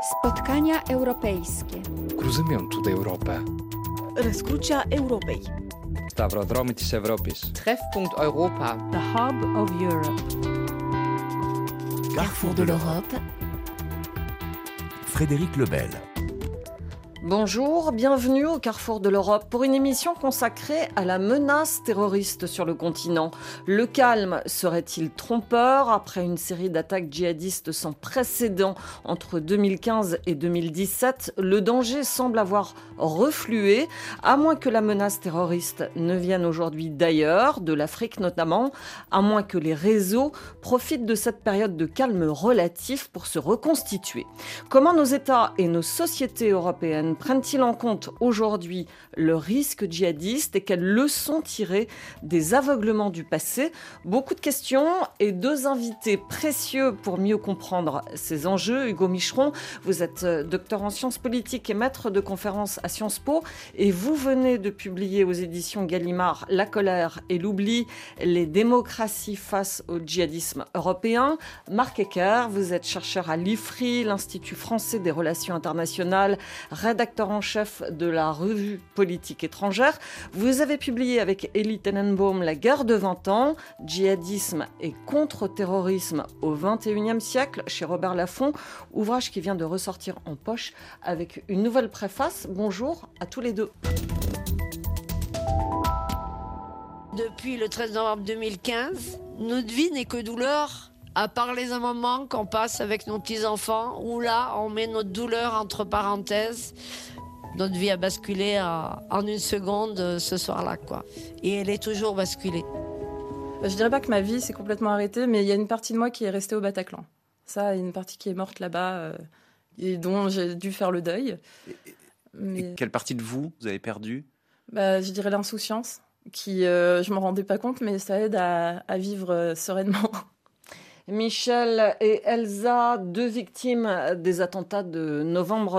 Spotkania europejskie. Cruzymiąt Europę. Răscrucea Europei. Stavrodromy της Ευρώπης. Treffpunkt Europa. The Hub of Europe. Carrefour de l'Europe. Frédéric Lebel. Bonjour, bienvenue au Carrefour de l'Europe pour une émission consacrée à la menace terroriste sur le continent. Le calme serait-il trompeur après une série d'attaques djihadistes sans précédent entre 2015 et 2017 ? Le danger semble avoir reflué, à moins que la menace terroriste ne vienne aujourd'hui d'ailleurs, de l'Afrique notamment, à moins que les réseaux profitent de cette période de calme relatif pour se reconstituer. Comment nos États et nos sociétés européennes prennent-ils en compte aujourd'hui le risque djihadiste et quelles leçons tirer des aveuglements du passé ? Beaucoup de questions et deux invités précieux pour mieux comprendre ces enjeux. Hugo Micheron, vous êtes docteur en sciences politiques et maître de conférences à Sciences Po et vous venez de publier aux éditions Gallimard La colère et l'oubli, les démocraties face au djihadisme européen. Marc Ecker, vous êtes chercheur à l'IFRI, l'Institut français des relations internationales, rédacteur en chef de la revue Politique étrangère. Vous avez publié avec Elie Tenenbaum La guerre de 20 ans, djihadisme et contre-terrorisme au XXIe siècle chez Robert Laffont, ouvrage qui vient de ressortir en poche avec une nouvelle préface. Bonjour à tous les deux. Depuis le 13 novembre 2015, notre vie n'est que douleur. À part les moments qu'on passe avec nos petits-enfants, où là, on met notre douleur entre parenthèses. Notre vie a basculé en une seconde ce soir-là, quoi. Et elle est toujours basculée. Je dirais pas que ma vie s'est complètement arrêtée, mais il y a une partie de moi qui est restée au Bataclan. Ça, une partie qui est morte là-bas et dont j'ai dû faire le deuil. Et quelle partie de vous avez perdu ? Je dirais l'insouciance, qui, je m'en rendais pas compte, mais ça aide à vivre sereinement. Michel et Elsa, deux victimes des attentats de novembre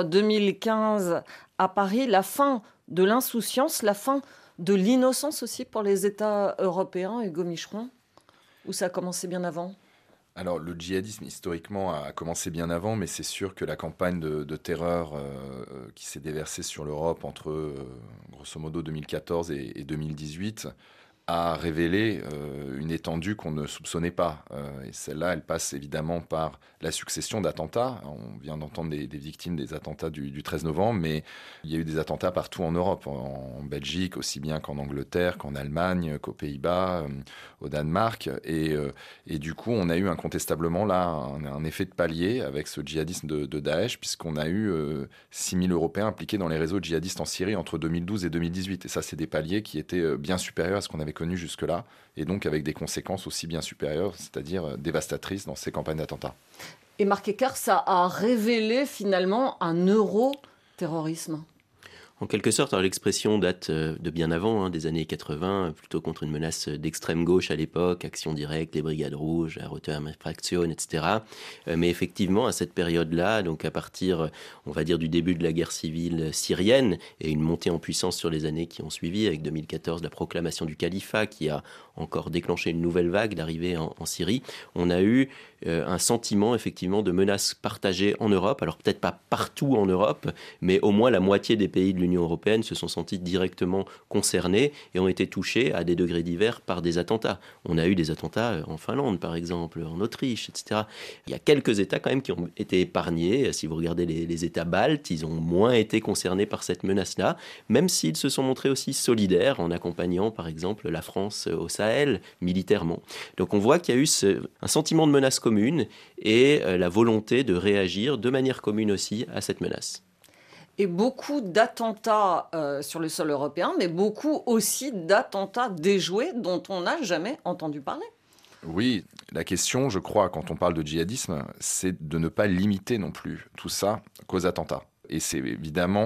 2015 à Paris. La fin de l'insouciance, la fin de l'innocence aussi pour les États européens, Hugo Micheron, ou ça a commencé bien avant ? Alors, le djihadisme, historiquement, a commencé bien avant, mais c'est sûr que la campagne de terreur qui s'est déversée sur l'Europe entre, grosso modo, 2014 et 2018 a révélé une étendue qu'on ne soupçonnait pas. Et celle-là, elle passe évidemment par la succession d'attentats. On vient d'entendre des victimes des attentats du 13 novembre, mais il y a eu des attentats partout en Europe, en Belgique, aussi bien qu'en Angleterre, qu'en Allemagne, qu'aux Pays-Bas, au Danemark. Et du coup, on a eu incontestablement là un effet de palier avec ce djihadisme de Daesh, puisqu'on a eu 6 000 Européens impliqués dans les réseaux djihadistes en Syrie entre 2012 et 2018. Et ça, c'est des paliers qui étaient bien supérieurs à ce qu'on avait connu jusque-là, et donc avec des conséquences aussi bien supérieures, c'est-à-dire dévastatrices dans ces campagnes d'attentats. Et Marc Ecker, ça a révélé finalement un euro-terrorisme. En quelque sorte, alors l'expression date de bien avant, des années 80, plutôt contre une menace d'extrême gauche à l'époque, Action Directe, les Brigades Rouges, la Rotterdam-Infraction, etc. Mais effectivement, à cette période-là, donc à partir, on va dire, du début de la guerre civile syrienne et une montée en puissance sur les années qui ont suivi, avec 2014, la proclamation du califat qui a encore déclenché une nouvelle vague d'arrivée en Syrie, on a eu un sentiment effectivement de menace partagée en Europe. Alors peut-être pas partout en Europe, mais au moins la moitié des pays de l'Union européenne se sont sentis directement concernés et ont été touchés à des degrés divers par des attentats. On a eu des attentats en Finlande par exemple, en Autriche, etc. Il y a quelques États quand même qui ont été épargnés. Si vous regardez les États baltes, ils ont moins été concernés par cette menace-là, même s'ils se sont montrés aussi solidaires en accompagnant par exemple la France au Sahel militairement. Donc on voit qu'il y a eu un sentiment de menace commune et la volonté de réagir de manière commune aussi à cette menace. Et beaucoup d'attentats sur le sol européen, mais beaucoup aussi d'attentats déjoués dont on n'a jamais entendu parler. Oui, la question, je crois, quand on parle de djihadisme, c'est de ne pas limiter non plus tout ça qu'aux attentats. Et c'est évidemment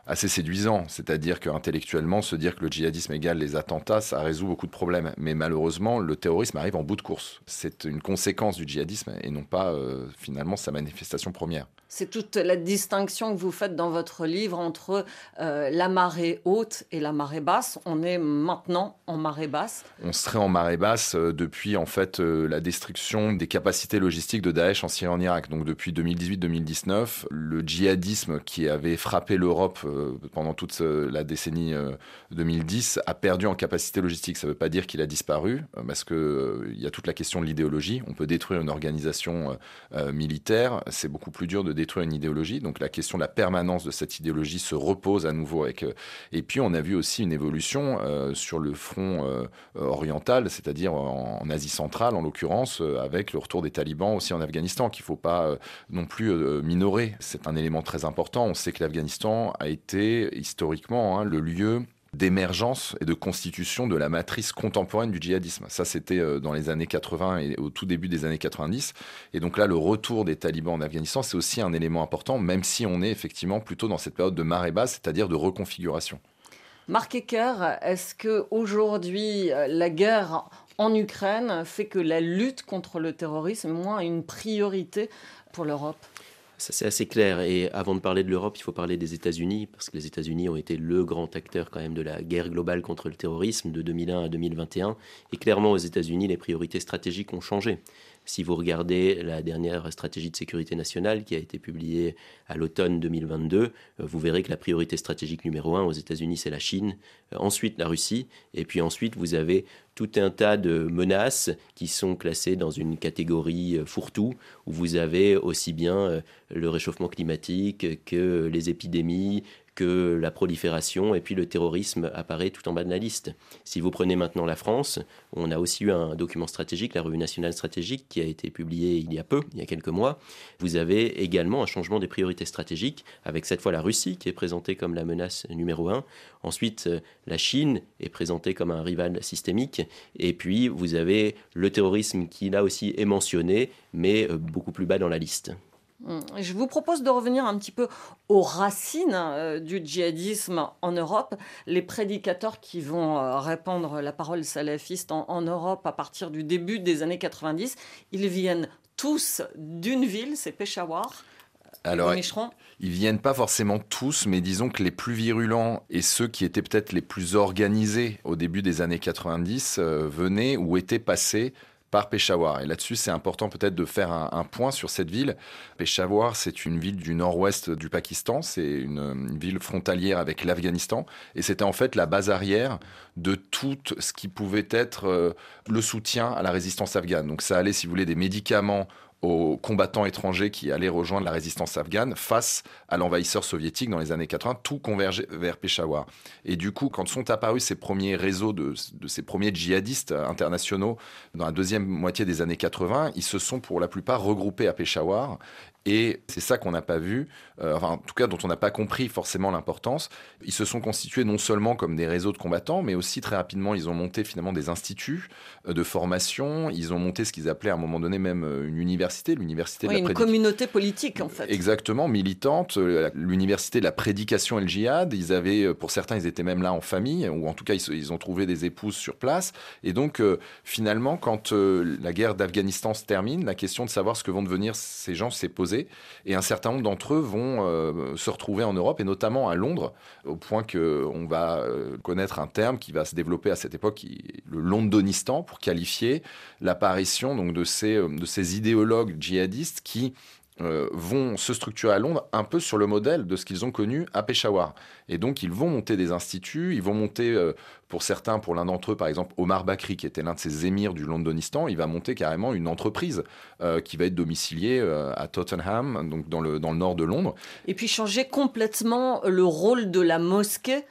assez séduisant. C'est-à-dire qu'intellectuellement, se dire que le djihadisme égale les attentats, ça résout beaucoup de problèmes. Mais malheureusement, le terrorisme arrive en bout de course. C'est une conséquence du djihadisme et non pas finalement sa manifestation première. C'est toute la distinction que vous faites dans votre livre entre la marée haute et la marée basse. On est maintenant en marée basse. On serait en marée basse depuis en fait la destruction des capacités logistiques de Daesh en Syrie et en Irak. Donc depuis 2018-2019, le djihadisme qui avait frappé l'Europe pendant toute la décennie 2010 a perdu en capacité logistique. Ça ne veut pas dire qu'il a disparu parce qu'il y a toute la question de l'idéologie. On peut détruire une organisation militaire. C'est beaucoup plus dur de détruire une idéologie. Donc la question de la permanence de cette idéologie se repose à nouveau. Et puis on a vu aussi une évolution sur le front oriental, c'est-à-dire en Asie centrale en l'occurrence, avec le retour des talibans aussi en Afghanistan, qu'il ne faut pas non plus minorer. C'est un élément très important. On sait que l'Afghanistan a été historiquement le lieu d'émergence et de constitution de la matrice contemporaine du djihadisme. Ça, c'était dans les années 80 et au tout début des années 90. Et donc là, le retour des talibans en Afghanistan, c'est aussi un élément important, même si on est effectivement plutôt dans cette période de marée basse, c'est-à-dire de reconfiguration. Marc Ecker, est-ce qu'aujourd'hui, la guerre en Ukraine fait que la lutte contre le terrorisme est moins une priorité pour l'Europe ? Ça, c'est assez clair. Et avant de parler de l'Europe, il faut parler des États-Unis, parce que les États-Unis ont été le grand acteur quand même de la guerre globale contre le terrorisme de 2001 à 2021. Et clairement, aux États-Unis, les priorités stratégiques ont changé. Si vous regardez la dernière stratégie de sécurité nationale qui a été publiée à l'automne 2022, vous verrez que la priorité stratégique numéro 1 aux États-Unis, c'est la Chine, ensuite la Russie, et puis ensuite vous avez tout un tas de menaces qui sont classées dans une catégorie fourre-tout, où vous avez aussi bien le réchauffement climatique que les épidémies, que la prolifération, et puis le terrorisme apparaît tout en bas de la liste. Si vous prenez maintenant la France, on a aussi eu un document stratégique, la Revue nationale stratégique, qui a été publié il y a quelques mois. Vous avez également un changement des priorités stratégiques, avec cette fois la Russie, qui est présentée comme la menace numéro 1. Ensuite, la Chine est présentée comme un rival systémique. Et puis, vous avez le terrorisme qui, là aussi, est mentionné, mais beaucoup plus bas dans la liste. Je vous propose de revenir un petit peu aux racines du djihadisme en Europe. Les prédicateurs qui vont répandre la parole salafiste en Europe à partir du début des années 90, ils viennent tous d'une ville, c'est Peshawar. Alors, ils viennent pas forcément tous, mais disons que les plus virulents et ceux qui étaient peut-être les plus organisés au début des années 90 venaient ou étaient passés par Peshawar. Et là-dessus, c'est important peut-être de faire un point sur cette ville. Peshawar, c'est une ville du nord-ouest du Pakistan. C'est une ville frontalière avec l'Afghanistan. Et c'était en fait la base arrière de tout ce qui pouvait être le soutien à la résistance afghane. Donc ça allait, si vous voulez, des médicaments aux combattants étrangers qui allaient rejoindre la résistance afghane face à l'envahisseur soviétique dans les années 80, tout convergeait vers Peshawar. Et du coup, quand sont apparus ces premiers réseaux de ces premiers djihadistes internationaux dans la deuxième moitié des années 80, ils se sont pour la plupart regroupés à Peshawar. Et c'est ça qu'on n'a pas vu, en tout cas dont on n'a pas compris forcément l'importance. Ils se sont constitués non seulement comme des réseaux de combattants, mais aussi très rapidement, ils ont monté finalement des instituts de formation. Ils ont monté ce qu'ils appelaient à un moment donné même une université, l'université de la une communauté politique en fait. Exactement, militante, l'université de la prédication et le djihad. Ils avaient, pour certains, ils étaient même là en famille, ou en tout cas ils ont trouvé des épouses sur place. Et donc finalement, quand la guerre d'Afghanistan se termine, la question de savoir ce que vont devenir ces gens s'est posée. Et un certain nombre d'entre eux vont se retrouver en Europe, et notamment à Londres, au point qu'on va connaître un terme qui va se développer à cette époque, le londonistan, pour qualifier l'apparition donc, de ces idéologues djihadistes qui vont se structurer à Londres un peu sur le modèle de ce qu'ils ont connu à Peshawar. Et donc, ils vont monter des instituts, ils vont monter, pour certains, pour l'un d'entre eux, par exemple, Omar Bakri, qui était l'un de ces émirs du Londonistan, il va monter carrément une entreprise qui va être domiciliée à Tottenham, donc dans le nord de Londres. Et puis changer complètement le rôle de la mosquée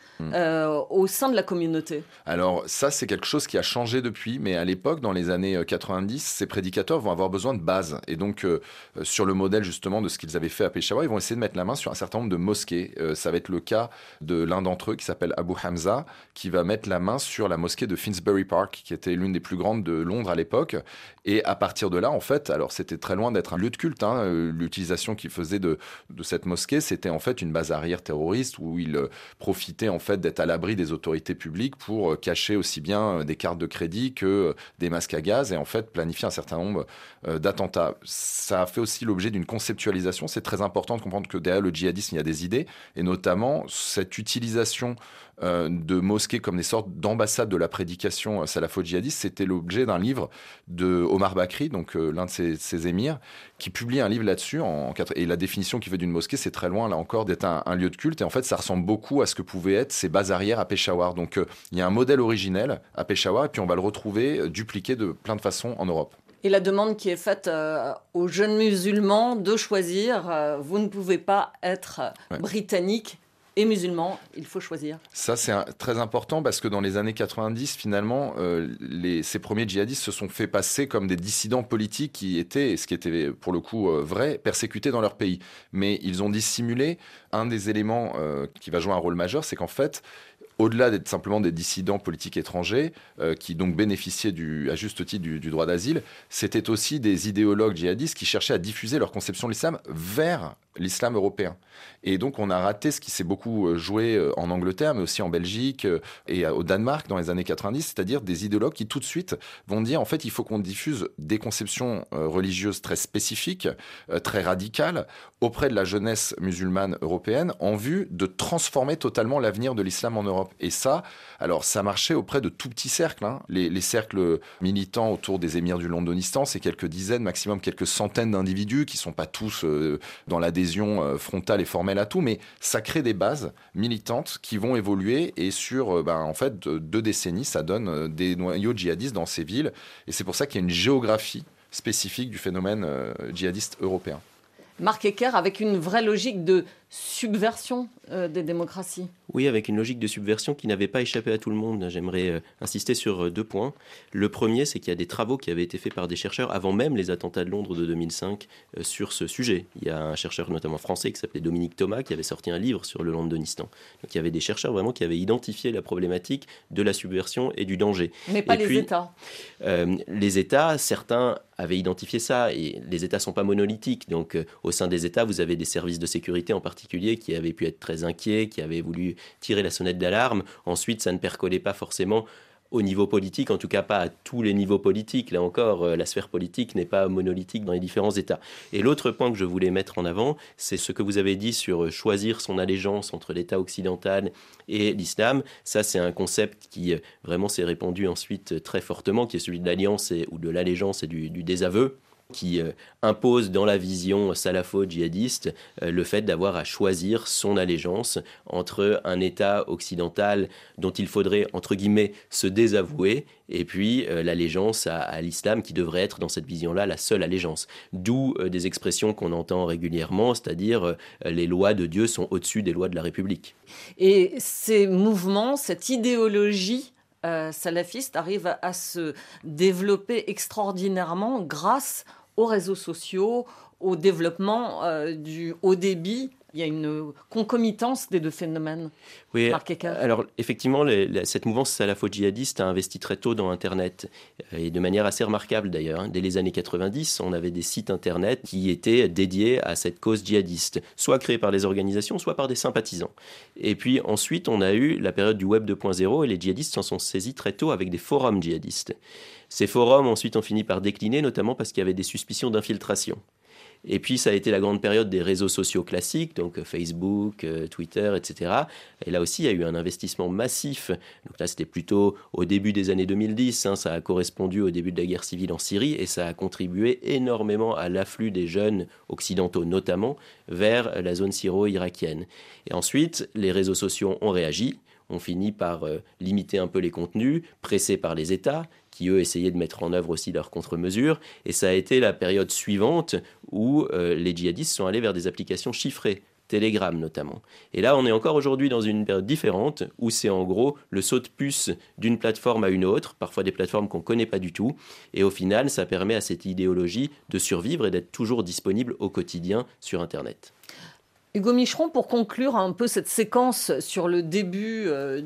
au sein de la communauté. Alors ça, c'est quelque chose qui a changé depuis, mais à l'époque, dans les années 90, ces prédicateurs vont avoir besoin de base. Et donc, sur le modèle modèle justement de ce qu'ils avaient fait à Peshawar, ils vont essayer de mettre la main sur un certain nombre de mosquées. Ça va être le cas de l'un d'entre eux qui s'appelle Abu Hamza, qui va mettre la main sur la mosquée de Finsbury Park, qui était l'une des plus grandes de Londres à l'époque. Et à partir de là, en fait, alors c'était très loin d'être un lieu de culte, l'utilisation qu'ils faisaient de cette mosquée, c'était en fait une base arrière terroriste où ils profitaient en fait d'être à l'abri des autorités publiques pour cacher aussi bien des cartes de crédit que des masques à gaz et en fait planifier un certain nombre d'attentats. Ça a fait aussi l'objet d'une conceptualisation. C'est très important de comprendre que derrière le djihadisme, il y a des idées et notamment cette utilisation de mosquées comme des sortes d'ambassades de la prédication salafo-djihadiste. C'était l'objet d'un livre de Omar Bakri, donc l'un de ses émirs, qui publie un livre là-dessus. Et la définition qu'il fait d'une mosquée, c'est très loin, là encore, d'être un lieu de culte. Et en fait, ça ressemble beaucoup à ce que pouvaient être ces bases arrières à Peshawar. Donc, il y a un modèle originel à Peshawar, et puis on va le retrouver dupliqué de plein de façons en Europe. Et la demande qui est faite aux jeunes musulmans de choisir, vous ne pouvez pas être britannique et musulman, il faut choisir. Ça, c'est très important parce que dans les années 90, finalement, ces premiers djihadistes se sont fait passer comme des dissidents politiques qui étaient, ce qui était pour le coup vrai, persécutés dans leur pays. Mais ils ont dissimulé. Un des éléments qui va jouer un rôle majeur, c'est qu'en fait, au-delà d'être simplement des dissidents politiques étrangers qui donc bénéficiaient à juste titre du droit d'asile, c'était aussi des idéologues djihadistes qui cherchaient à diffuser leur conception de l'islam vers l'islam européen. Et donc on a raté ce qui s'est beaucoup joué en Angleterre, mais aussi en Belgique et au Danemark dans les années 90, c'est-à-dire des idéologues qui tout de suite vont dire en fait il faut qu'on diffuse des conceptions religieuses très spécifiques, très radicales, auprès de la jeunesse musulmane européenne en vue de transformer totalement l'avenir de l'islam en Europe. Et ça, alors ça marchait auprès de tout petits cercles. Les cercles militants autour des émirs du Londonistan, c'est quelques dizaines, maximum quelques centaines d'individus qui ne sont pas tous dans l'adhésion frontale et formelle à tout, mais ça crée des bases militantes qui vont évoluer et sur en fait 2 décennies, ça donne des noyaux djihadistes dans ces villes. Et c'est pour ça qu'il y a une géographie spécifique du phénomène djihadiste européen. Marc Ecker, avec une vraie logique de subversion des démocraties. Oui, avec une logique de subversion qui n'avait pas échappé à tout le monde. J'aimerais insister sur 2 points. Le premier, c'est qu'il y a des travaux qui avaient été faits par des chercheurs avant même les attentats de Londres de 2005 sur ce sujet. Il y a un chercheur notamment français qui s'appelait Dominique Thomas qui avait sorti un livre sur le Londonistan. Donc il y avait des chercheurs vraiment qui avaient identifié la problématique de la subversion et du danger. Mais pas les États. Les États, certains avaient identifié ça et les États ne sont pas monolithiques. Donc au sein des États, vous avez des services de sécurité en particulier qui avaient pu être très inquiets, qui avaient voulu tirer la sonnette d'alarme. Ensuite, ça ne percolait pas forcément au niveau politique, en tout cas pas à tous les niveaux politiques. Là encore, la sphère politique n'est pas monolithique dans les différents États. Et l'autre point que je voulais mettre en avant, c'est ce que vous avez dit sur choisir son allégeance entre l'État occidental et l'islam. Ça, c'est un concept qui vraiment s'est répandu ensuite très fortement, qui est celui de l'alliance ou de l'allégeance et du désaveu, qui impose dans la vision salafo-djihadiste le fait d'avoir à choisir son allégeance entre un État occidental dont il faudrait, entre guillemets, se désavouer, et puis l'allégeance à l'islam qui devrait être, dans cette vision-là, la seule allégeance. D'où des expressions qu'on entend régulièrement, c'est-à-dire les lois de Dieu sont au-dessus des lois de la République. Et ces mouvements, cette idéologie salafiste arrive à se développer extraordinairement grâce aux réseaux sociaux, au développement du haut débit. Il y a une concomitance des 2 phénomènes. Oui, Marc Ecker. Alors effectivement, cette mouvance salafo-djihadiste a investi très tôt dans Internet, et de manière assez remarquable d'ailleurs. Dès les années 90, on avait des sites Internet qui étaient dédiés à cette cause djihadiste, soit créés par les organisations, soit par des sympathisants. Et puis ensuite, on a eu la période du Web 2.0, et les djihadistes s'en sont saisis très tôt avec des forums djihadistes. Ces forums ensuite ont fini par décliner, notamment parce qu'il y avait des suspicions d'infiltration. Et puis, ça a été la grande période des réseaux sociaux classiques, donc Facebook, Twitter, etc. Et là aussi, il y a eu un investissement massif. Donc là, c'était plutôt au début des années 2010. Ça a correspondu au début de la guerre civile en Syrie et ça a contribué énormément à l'afflux des jeunes occidentaux, notamment vers la zone syro-irakienne. Et ensuite, les réseaux sociaux ont réagi. On finit par limiter un peu les contenus, pressés par les États, qui, eux, essayaient de mettre en œuvre aussi leurs contre-mesures. Et ça a été la période suivante où les djihadistes sont allés vers des applications chiffrées Telegram notamment. Et là, on est encore aujourd'hui dans une période différente où c'est en gros le saut de puce d'une plateforme à une autre, parfois des plateformes qu'on ne connaît pas du tout. Et au final, ça permet à cette idéologie de survivre et d'être toujours disponible au quotidien sur Internet. Hugo Micheron, pour conclure un peu cette séquence sur le début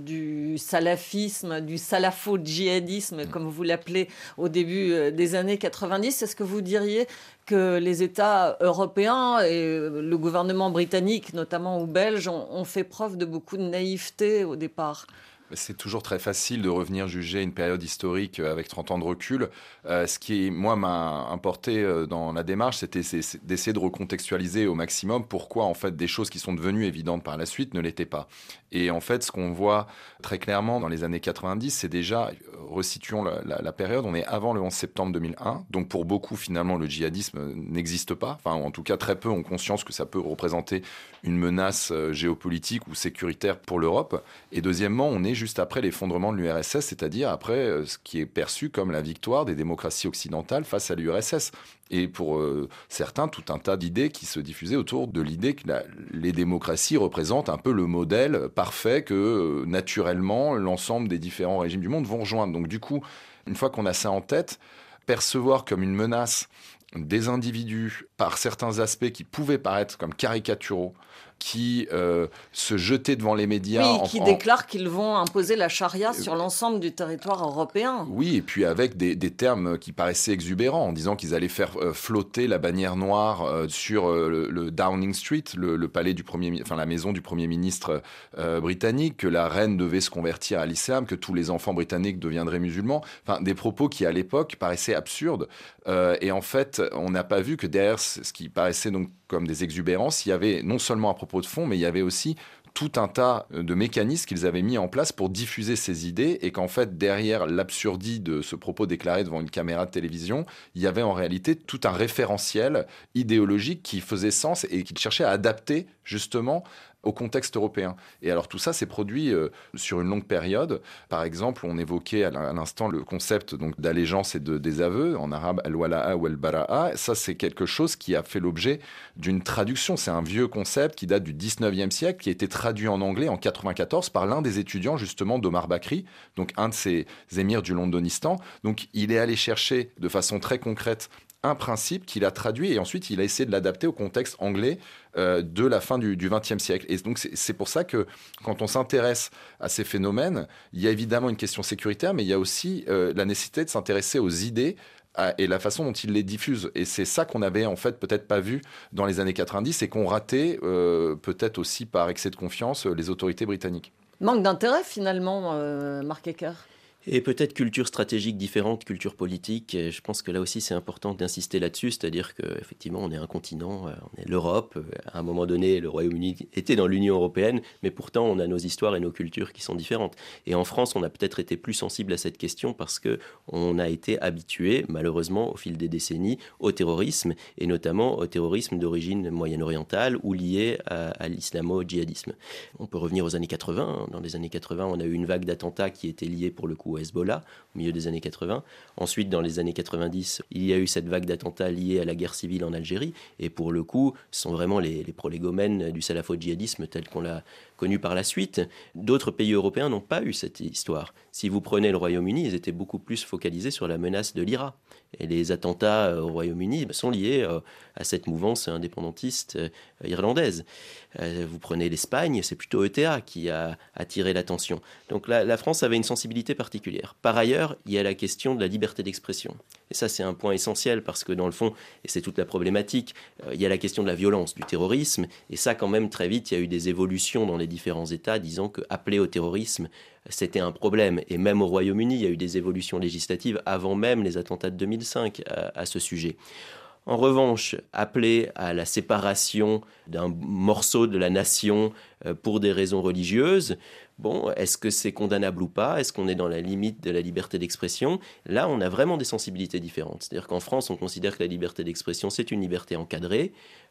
du salafisme, du salafo-djihadisme, comme vous l'appelez, au début des années 90, est-ce que vous diriez que les États européens et le gouvernement britannique, notamment ou belge, ont fait preuve de beaucoup de naïveté au départ ? C'est toujours très facile de revenir juger une période historique avec 30 ans de recul. Ce qui, moi, m'a importé dans la démarche, c'est d'essayer de recontextualiser au maximum pourquoi, en fait, des choses qui sont devenues évidentes par la suite ne l'étaient pas. Et en fait, ce qu'on voit très clairement dans les années 90, c'est déjà, resituons la période, on est avant le 11 septembre 2001. Donc, pour beaucoup, finalement, le djihadisme n'existe pas. Enfin, en tout cas, très peu ont conscience que ça peut représenter une menace géopolitique ou sécuritaire pour l'Europe. Et deuxièmement, on est juste après l'effondrement de l'URSS, c'est-à-dire après ce qui est perçu comme la victoire des démocraties occidentales face à l'URSS. Et pour certains, tout un tas d'idées qui se diffusaient autour de l'idée que les démocraties représentent un peu le modèle parfait que naturellement l'ensemble des différents régimes du monde vont rejoindre. Donc du coup, une fois qu'on a ça en tête, percevoir comme une menace des individus par certains aspects qui pouvaient paraître comme caricaturaux, qui se jetaient devant les médias. Oui, qui déclarent qu'ils vont imposer la charia sur l'ensemble du territoire européen. Oui, et puis avec des termes qui paraissaient exubérants, en disant qu'ils allaient faire flotter la bannière noire sur le Downing Street, le palais la maison du Premier ministre britannique, que la reine devait se convertir à l'islam, que tous les enfants britanniques deviendraient musulmans. Enfin, des propos qui, à l'époque, paraissaient absurdes. Et en fait, on n'a pas vu que derrière ce qui paraissait donc comme des exubérances, il y avait non seulement un propos de fond, mais il y avait aussi tout un tas de mécanismes qu'ils avaient mis en place pour diffuser ces idées, et qu'en fait, derrière l'absurdie de ce propos déclaré devant une caméra de télévision, il y avait en réalité tout un référentiel idéologique qui faisait sens et qui cherchait à adapter justement au contexte européen. Et alors tout ça s'est produit sur une longue période. Par exemple, on évoquait à l'instant le concept donc d'allégeance et de désaveu, en arabe al-wala'a ou al-bara'a. Ça, c'est quelque chose qui a fait l'objet d'une traduction. C'est un vieux concept qui date du 19e siècle, qui a été traduit en anglais en 94 par l'un des étudiants justement d'Omar Bakri, donc un de ces émirs du Londonistan. Donc il est allé chercher de façon très concrète un principe qu'il a traduit, et ensuite il a essayé de l'adapter au contexte anglais de la fin du XXe siècle. Et donc c'est pour ça que quand on s'intéresse à ces phénomènes, il y a évidemment une question sécuritaire, mais il y a aussi la nécessité de s'intéresser aux idées et la façon dont ils les diffusent. Et c'est ça qu'on avait en fait peut-être pas vu dans les années 90 et qu'on ratait peut-être aussi par excès de confiance les autorités britanniques. Manque d'intérêt finalement, Marc Ecker. Et peut-être culture stratégique différente, culture politique. Et je pense que là aussi, c'est important d'insister là-dessus. C'est-à-dire qu'effectivement, on est un continent, on est l'Europe. À un moment donné, le Royaume-Uni était dans l'Union européenne, mais pourtant, on a nos histoires et nos cultures qui sont différentes. Et en France, on a peut-être été plus sensible à cette question parce qu'on a été habitué, malheureusement, au fil des décennies, au terrorisme, et notamment au terrorisme d'origine moyen-orientale ou lié à l'islamo-djihadisme. On peut revenir aux années 80. Dans les années 80, on a eu une vague d'attentats qui était liée, pour le coup, au Hezbollah, au milieu des années 80. Ensuite, dans les années 90, il y a eu cette vague d'attentats liés à la guerre civile en Algérie. Et pour le coup, ce sont vraiment les prolégomènes du salafo-djihadisme tel qu'on l'a connu par la suite. D'autres pays européens n'ont pas eu cette histoire. Si vous prenez le Royaume-Uni, ils étaient beaucoup plus focalisés sur la menace de l'IRA. Et les attentats au Royaume-Uni sont liés à cette mouvance indépendantiste irlandaise. Vous prenez l'Espagne, c'est plutôt ETA qui a attiré l'attention. Donc la France avait une sensibilité particulière. Par ailleurs, il y a la question de la liberté d'expression. Et ça, c'est un point essentiel parce que dans le fond, et c'est toute la problématique, il y a la question de la violence, du terrorisme. Et ça, quand même, très vite, il y a eu des évolutions dans les différents États disant qu'appeler au terrorisme, c'était un problème. Et même au Royaume-Uni, il y a eu des évolutions législatives avant même les attentats de 2005 à ce sujet. En revanche, appeler à la séparation d'un morceau de la nation pour des raisons religieuses, bon, est-ce que c'est condamnable ou pas ? Est-ce qu'on est dans la limite de la liberté d'expression ? Là, on a vraiment des sensibilités différentes. C'est-à-dire qu'en France, on considère que la liberté d'expression, c'est une liberté encadrée.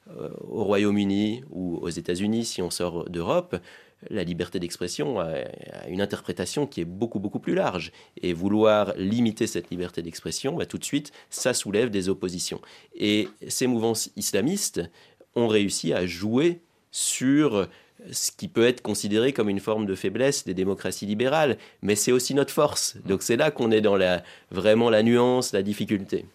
Au Royaume-Uni ou aux États-Unis, si on sort d'Europe, la liberté d'expression a une interprétation qui est beaucoup, beaucoup plus large. Et vouloir limiter cette liberté d'expression, tout de suite, ça soulève des oppositions. Et ces mouvances islamistes ont réussi à jouer sur ce qui peut être considéré comme une forme de faiblesse des démocraties libérales. Mais c'est aussi notre force. Donc c'est là qu'on est dans vraiment la nuance, la difficulté.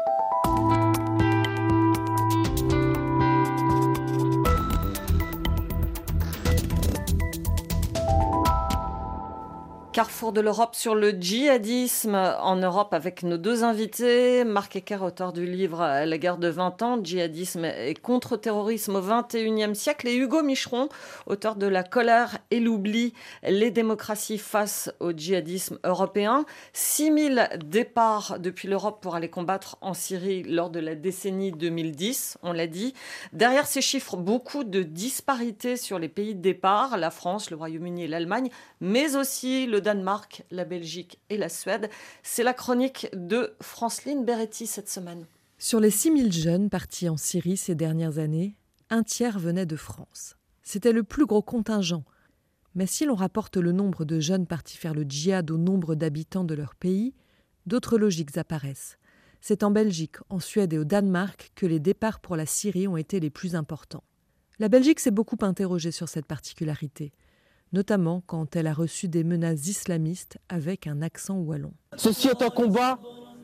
Carrefour de l'Europe sur le djihadisme en Europe avec nos deux invités. Marc Ecker, auteur du livre « La guerre de 20 ans, djihadisme et contre-terrorisme au XXIe siècle » et Hugo Micheron, auteur de « La colère et l'oubli, les démocraties face au djihadisme européen ». 6000 départs depuis l'Europe pour aller combattre en Syrie lors de la décennie 2010, on l'a dit. Derrière ces chiffres, beaucoup de disparités sur les pays de départ, la France, le Royaume-Uni et l'Allemagne, mais aussi le Danemark, la Belgique et la Suède. C'est la chronique de Franceline Beretti cette semaine. Sur les 6000 jeunes partis en Syrie ces dernières années, un tiers venait de France. C'était le plus gros contingent. Mais si l'on rapporte le nombre de jeunes partis faire le djihad au nombre d'habitants de leur pays, d'autres logiques apparaissent. C'est en Belgique, en Suède et au Danemark que les départs pour la Syrie ont été les plus importants. La Belgique s'est beaucoup interrogée sur cette particularité, notamment quand elle a reçu des menaces islamistes avec un accent wallon. Ceci est un combat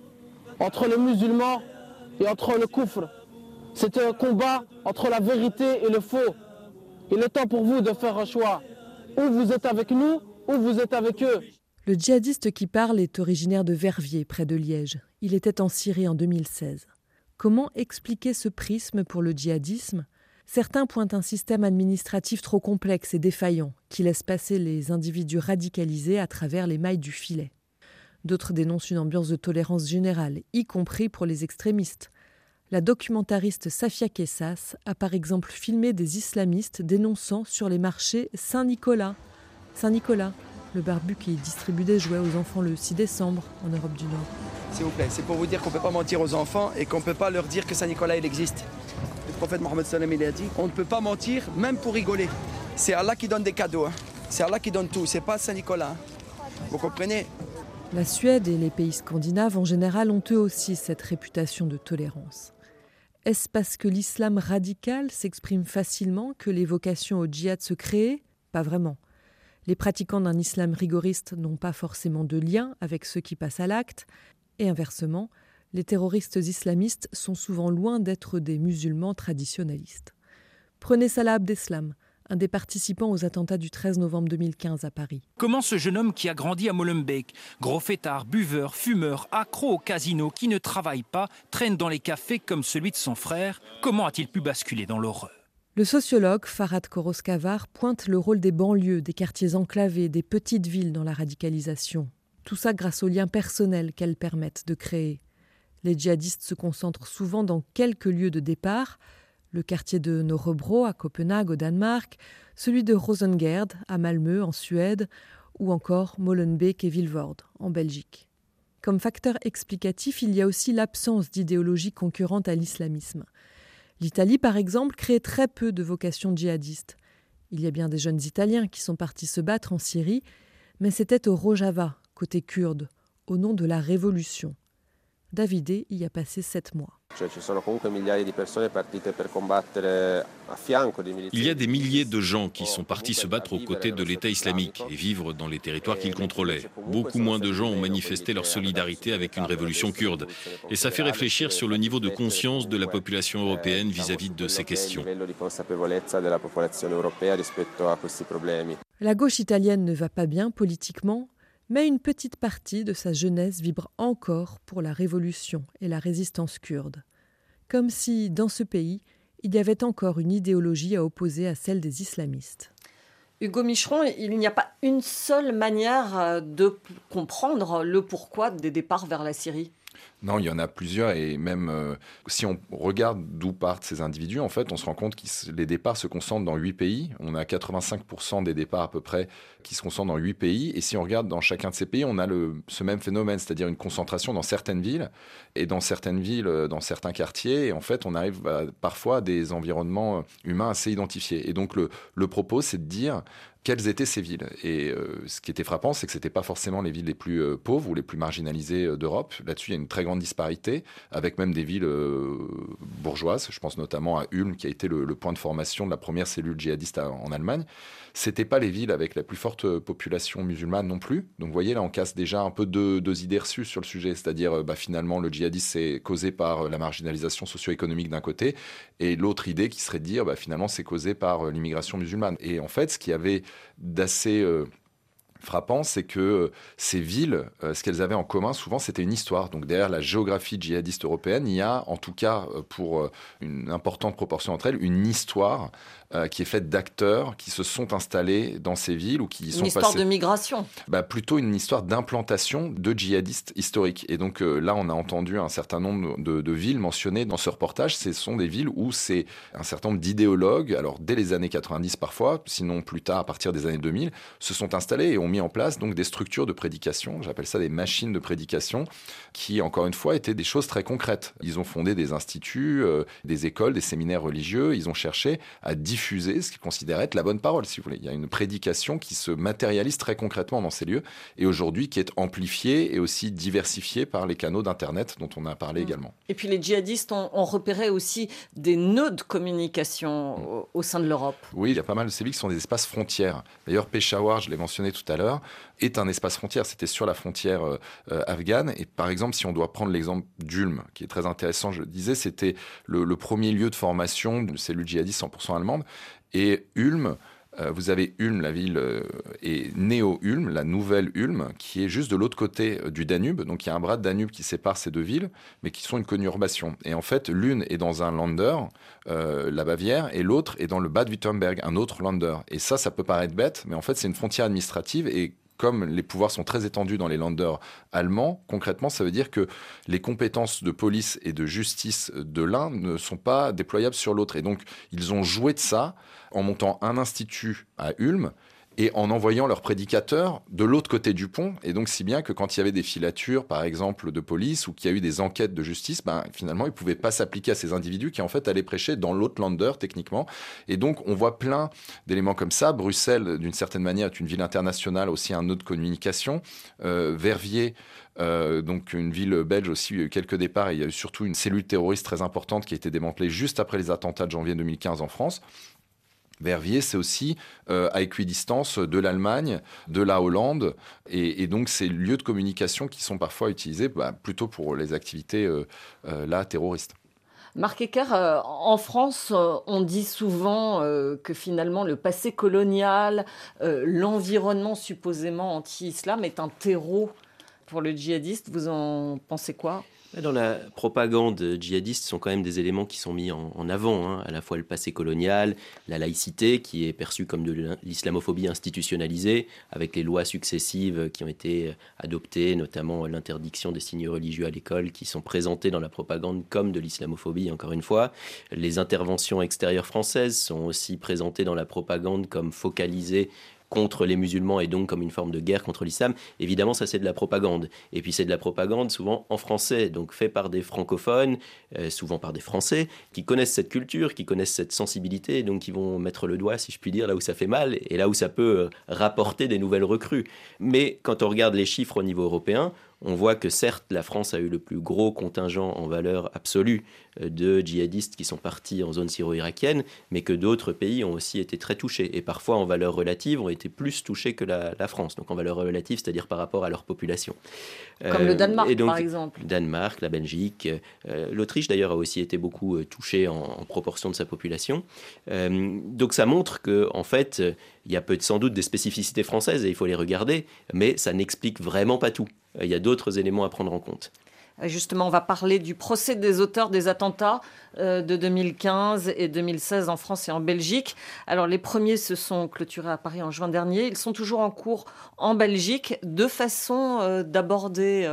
entre les musulmans et entre le koufr. C'est un combat entre la vérité et le faux. Il est temps pour vous de faire un choix. Ou vous êtes avec nous, ou vous êtes avec eux. Le djihadiste qui parle est originaire de Verviers, près de Liège. Il était en Syrie en 2016. Comment expliquer ce prisme pour le djihadisme ? Certains pointent un système administratif trop complexe et défaillant qui laisse passer les individus radicalisés à travers les mailles du filet. D'autres dénoncent une ambiance de tolérance générale, y compris pour les extrémistes. La documentariste Safia Kessas a par exemple filmé des islamistes dénonçant sur les marchés Saint-Nicolas. Saint-Nicolas, le barbu qui distribue des jouets aux enfants le 6 décembre en Europe du Nord. S'il vous plaît, c'est pour vous dire qu'on ne peut pas mentir aux enfants et qu'on ne peut pas leur dire que Saint-Nicolas il existe. Le prophète Mohammed sallam il a dit, on ne peut pas mentir même pour rigoler. C'est Allah qui donne des cadeaux, hein. C'est Allah qui donne tout, c'est pas Saint-Nicolas. Vous comprenez ? La Suède et les pays scandinaves en général ont eux aussi cette réputation de tolérance. Est-ce parce que l'islam radical s'exprime facilement que les vocations au djihad se créent ? Pas vraiment. Les pratiquants d'un islam rigoriste n'ont pas forcément de lien avec ceux qui passent à l'acte, et inversement, les terroristes islamistes sont souvent loin d'être des musulmans traditionnalistes. Prenez Salah Abdeslam, un des participants aux attentats du 13 novembre 2015 à Paris. Comment ce jeune homme qui a grandi à Molenbeek, gros fêtard, buveur, fumeur, accro au casino, qui ne travaille pas, traîne dans les cafés comme celui de son frère, comment a-t-il pu basculer dans l'horreur ? Le sociologue Farhad Koroskavar pointe le rôle des banlieues, des quartiers enclavés, des petites villes dans la radicalisation. Tout ça grâce aux liens personnels qu'elles permettent de créer. Les djihadistes se concentrent souvent dans quelques lieux de départ, le quartier de Nørrebro à Copenhague au Danemark, celui de Rosengerd à Malmö en Suède, ou encore Molenbeek et Vilvoorde en Belgique. Comme facteur explicatif, il y a aussi l'absence d'idéologie concurrente à l'islamisme. L'Italie, par exemple, crée très peu de vocations djihadistes. Il y a bien des jeunes Italiens qui sont partis se battre en Syrie, mais c'était au Rojava, côté kurde, au nom de la révolution. Davide y a passé 7 mois. Il y a des milliers de gens qui sont partis se battre aux côtés de l'État islamique et vivre dans les territoires qu'ils contrôlaient. Beaucoup moins de gens ont manifesté leur solidarité avec une révolution kurde. Et ça fait réfléchir sur le niveau de conscience de la population européenne vis-à-vis de ces questions. La gauche italienne ne va pas bien politiquement, mais une petite partie de sa jeunesse vibre encore pour la révolution et la résistance kurde. Comme si, dans ce pays, il y avait encore une idéologie à opposer à celle des islamistes. Hugo Micheron, il n'y a pas une seule manière de comprendre le pourquoi des départs vers la Syrie. Non, il y en a plusieurs et même si on regarde d'où partent ces individus, en fait, on se rend compte que les départs se concentrent dans 8 pays. On a 85% des départs à peu près qui se concentrent dans 8 pays. Et si on regarde dans chacun de ces pays, on a ce même phénomène, c'est-à-dire une concentration dans certaines villes et dans certaines villes, dans certains quartiers. Et en fait, on arrive parfois à des environnements humains assez identifiés. Et donc, le propos, c'est de dire quelles étaient ces villes. Et ce qui était frappant, c'est que ce n'étaient pas forcément les villes les plus pauvres ou les plus marginalisées d'Europe. Là-dessus, il y a une très grande grande disparité, avec même des villes bourgeoises. Je pense notamment à Ulm, qui a été le point de formation de la première cellule djihadiste en Allemagne. C'était pas les villes avec la plus forte population musulmane non plus. Donc vous voyez, là, on casse déjà un peu deux idées reçues sur le sujet. C'est-à-dire, finalement, le djihadisme, c'est causé par la marginalisation socio-économique d'un côté, et l'autre idée qui serait de dire, finalement, c'est causé par l'immigration musulmane. Et en fait, ce qu'il y avait d'assez frappant, c'est que ces villes, ce qu'elles avaient en commun, souvent, c'était une histoire. Donc derrière la géographie djihadiste européenne, il y a, en tout cas pour une importante proportion d'entre elles, une histoire qui est faite d'acteurs qui se sont installés dans ces villes ou qui y sont passés. Une histoire de migration. Plutôt une histoire d'implantation de djihadistes historiques. Et donc là, on a entendu un certain nombre de villes mentionnées dans ce reportage. Ce sont des villes où c'est un certain nombre d'idéologues, alors dès les années 90 parfois, sinon plus tard, à partir des années 2000, se sont installés et ont mis en place donc des structures de prédication. J'appelle ça des machines de prédication qui, encore une fois, étaient des choses très concrètes. Ils ont fondé des instituts, des écoles, des séminaires religieux. Ils ont cherché à diffuser ce qu'ils considéraient être la bonne parole, si vous voulez. Il y a une prédication qui se matérialise très concrètement dans ces lieux et aujourd'hui qui est amplifiée et aussi diversifiée par les canaux d'Internet dont on a parlé également. Et puis les djihadistes ont repéré aussi des nœuds de communication au sein de l'Europe. Oui, il y a pas mal de ces villes qui sont des espaces frontières. D'ailleurs, Peshawar, je l'ai mentionné tout à l'heure, est un espace frontière. C'était sur la frontière afghane. Et par exemple, si on doit prendre l'exemple d'Ulm, qui est très intéressant, je le disais, c'était le premier lieu de formation d'une cellule djihadiste 100% allemande. Et Ulm, vous avez Ulm, la ville et Néo-Ulm, la nouvelle Ulm, qui est juste de l'autre côté du Danube. Donc il y a un bras de Danube qui sépare ces deux villes, mais qui sont une conurbation. Et en fait, l'une est dans un Länder, la Bavière, et l'autre est dans le Bade-Württemberg, un autre Länder. Et ça peut paraître bête, mais en fait, c'est une frontière administrative et comme les pouvoirs sont très étendus dans les Länder allemands, concrètement, ça veut dire que les compétences de police et de justice de l'un ne sont pas déployables sur l'autre. Et donc, ils ont joué de ça en montant un institut à Ulm et en envoyant leurs prédicateurs de l'autre côté du pont. Et donc, si bien que quand il y avait des filatures, par exemple, de police ou qu'il y a eu des enquêtes de justice, finalement, ils ne pouvaient pas s'appliquer à ces individus qui, en fait, allaient prêcher dans l'autre Länder, techniquement. Et donc, on voit plein d'éléments comme ça. Bruxelles, d'une certaine manière, est une ville internationale, aussi un nœud de communication. Verviers, donc une ville belge aussi, il y a eu quelques départs. Et il y a eu surtout une cellule terroriste très importante qui a été démantelée juste après les attentats de janvier 2015 en France. Verviers, c'est aussi à équidistance de l'Allemagne, de la Hollande, et donc ces lieux de communication qui sont parfois utilisés plutôt pour les activités terroristes. Marc Ecker, en France, on dit souvent que finalement le passé colonial, l'environnement supposément anti-islam est un terreau pour le djihadiste. Vous en pensez quoi ? Dans la propagande djihadiste, ce sont quand même des éléments qui sont mis en avant, à la fois le passé colonial, la laïcité, qui est perçue comme de l'islamophobie institutionnalisée, avec les lois successives qui ont été adoptées, notamment l'interdiction des signes religieux à l'école, qui sont présentées dans la propagande comme de l'islamophobie, encore une fois. Les interventions extérieures françaises sont aussi présentées dans la propagande comme focalisées contre les musulmans et donc comme une forme de guerre contre l'islam. Évidemment, ça c'est de la propagande. Et puis c'est de la propagande souvent en français, donc fait par des francophones, souvent par des Français, qui connaissent cette culture, qui connaissent cette sensibilité, et donc qui vont mettre le doigt, si je puis dire, là où ça fait mal et là où ça peut rapporter des nouvelles recrues. Mais quand on regarde les chiffres au niveau européen, on voit que certes, la France a eu le plus gros contingent en valeur absolue de djihadistes qui sont partis en zone syro-irakienne, mais que d'autres pays ont aussi été très touchés. Et parfois, en valeur relative, ont été plus touchés que la France. Donc en valeur relative, c'est-à-dire par rapport à leur population. Comme le Danemark, par exemple. Le Danemark, la Belgique. L'Autriche, d'ailleurs, a aussi été beaucoup touchée en proportion de sa population. Donc ça montre qu'en fait, il y a sans doute des spécificités françaises et il faut les regarder, mais ça n'explique vraiment pas tout. Il y a d'autres éléments à prendre en compte. Justement, on va parler du procès des auteurs des attentats de 2015 et 2016 en France et en Belgique. Alors, les premiers se sont clôturés à Paris en juin dernier. Ils sont toujours en cours en Belgique. Deux façons d'aborder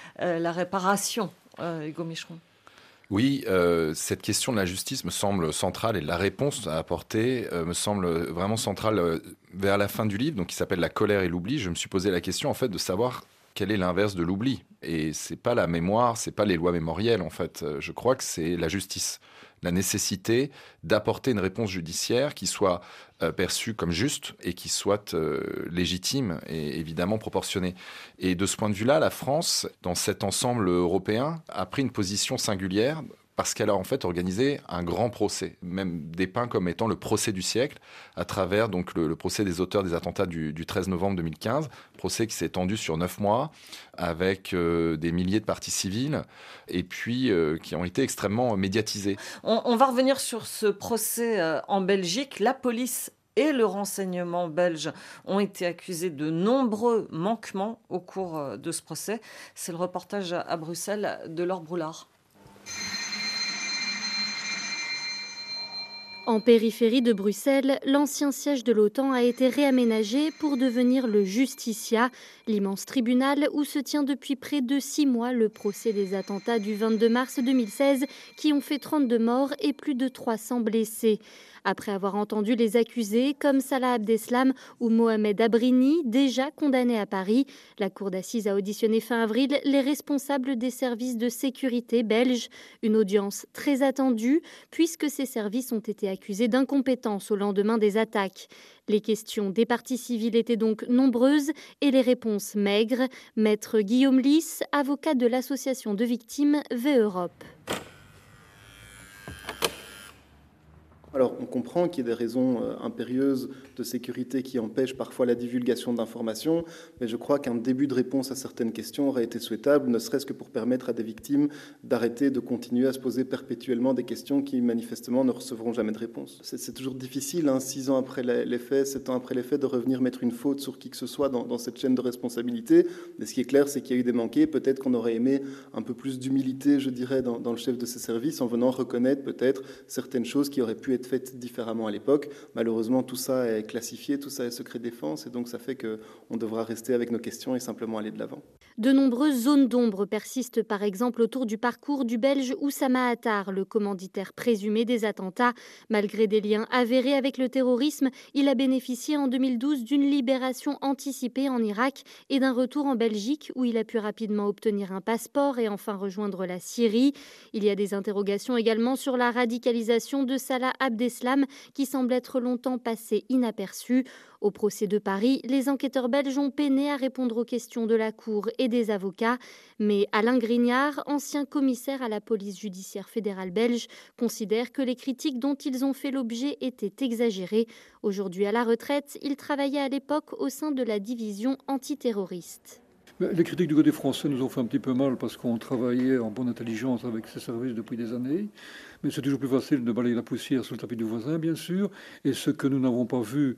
la réparation, Hugo Micheron. Oui, cette question de la justice me semble centrale et la réponse à apporter me semble vraiment centrale vers la fin du livre, donc qui s'appelle « La colère et l'oubli ». Je me suis posé la question en fait de savoir quel est l'inverse de l'oubli. Et c'est pas la mémoire, c'est pas les lois mémorielles en fait. Je crois que c'est la justice. la nécessité d'apporter une réponse judiciaire qui soit perçue comme juste et qui soit légitime et évidemment proportionnée. Et de ce point de vue-là, la France, dans cet ensemble européen, a pris une position singulière parce qu'elle a en fait organisé un grand procès, même dépeint comme étant le procès du siècle, à travers donc le procès des auteurs des attentats du 13 novembre 2015, procès qui s'est étendu sur 9 mois, avec des milliers de parties civiles, et puis qui ont été extrêmement médiatisés. On va revenir sur ce procès en Belgique. La police et le renseignement belge ont été accusés de nombreux manquements au cours de ce procès. C'est le reportage à Bruxelles de Laure Broulard. En périphérie de Bruxelles, l'ancien siège de l'OTAN a été réaménagé pour devenir le Justicia, l'immense tribunal où se tient depuis près de 6 mois le procès des attentats du 22 mars 2016 qui ont fait 32 morts et plus de 300 blessés. Après avoir entendu les accusés comme Salah Abdeslam ou Mohamed Abrini, déjà condamnés à Paris, la cour d'assises a auditionné fin avril les responsables des services de sécurité belges. Une audience très attendue puisque ces services ont été accusés d'incompétence au lendemain des attaques. Les questions des parties civiles étaient donc nombreuses et les réponses maigres. Maître Guillaume Lys, avocat de l'association de victimes V-Europe. Alors, on comprend qu'il y ait des raisons impérieuses de sécurité qui empêchent parfois la divulgation d'informations, mais je crois qu'un début de réponse à certaines questions aurait été souhaitable, ne serait-ce que pour permettre à des victimes d'arrêter de continuer à se poser perpétuellement des questions qui, manifestement, ne recevront jamais de réponse. C'est toujours difficile, 6 ans après les faits, 7 ans après les faits, de revenir mettre une faute sur qui que ce soit dans cette chaîne de responsabilité. Mais ce qui est clair, c'est qu'il y a eu des manqués. Peut-être qu'on aurait aimé un peu plus d'humilité, je dirais, dans le chef de ces services, en venant reconnaître peut-être certaines choses qui auraient pu être faites différemment à l'époque. Malheureusement, tout ça est classifié, tout ça est secret défense, et donc ça fait qu'on devra rester avec nos questions et simplement aller de l'avant. De nombreuses zones d'ombre persistent par exemple autour du parcours du Belge Oussama Attar, le commanditaire présumé des attentats. Malgré des liens avérés avec le terrorisme, il a bénéficié en 2012 d'une libération anticipée en Irak et d'un retour en Belgique où il a pu rapidement obtenir un passeport et enfin rejoindre la Syrie. Il y a des interrogations également sur la radicalisation de Salah Abdeslam qui semble être longtemps passé inaperçu. Au procès de Paris, les enquêteurs belges ont peiné à répondre aux questions de la Cour et des avocats. Mais Alain Grignard, ancien commissaire à la police judiciaire fédérale belge, considère que les critiques dont ils ont fait l'objet étaient exagérées. Aujourd'hui à la retraite, il travaillait à l'époque au sein de la division antiterroriste. Les critiques du côté français nous ont fait un petit peu mal parce qu'on travaillait en bonne intelligence avec ces services depuis des années. Mais c'est toujours plus facile de balayer la poussière sous le tapis du voisin, bien sûr. Et ce que nous n'avons pas vu,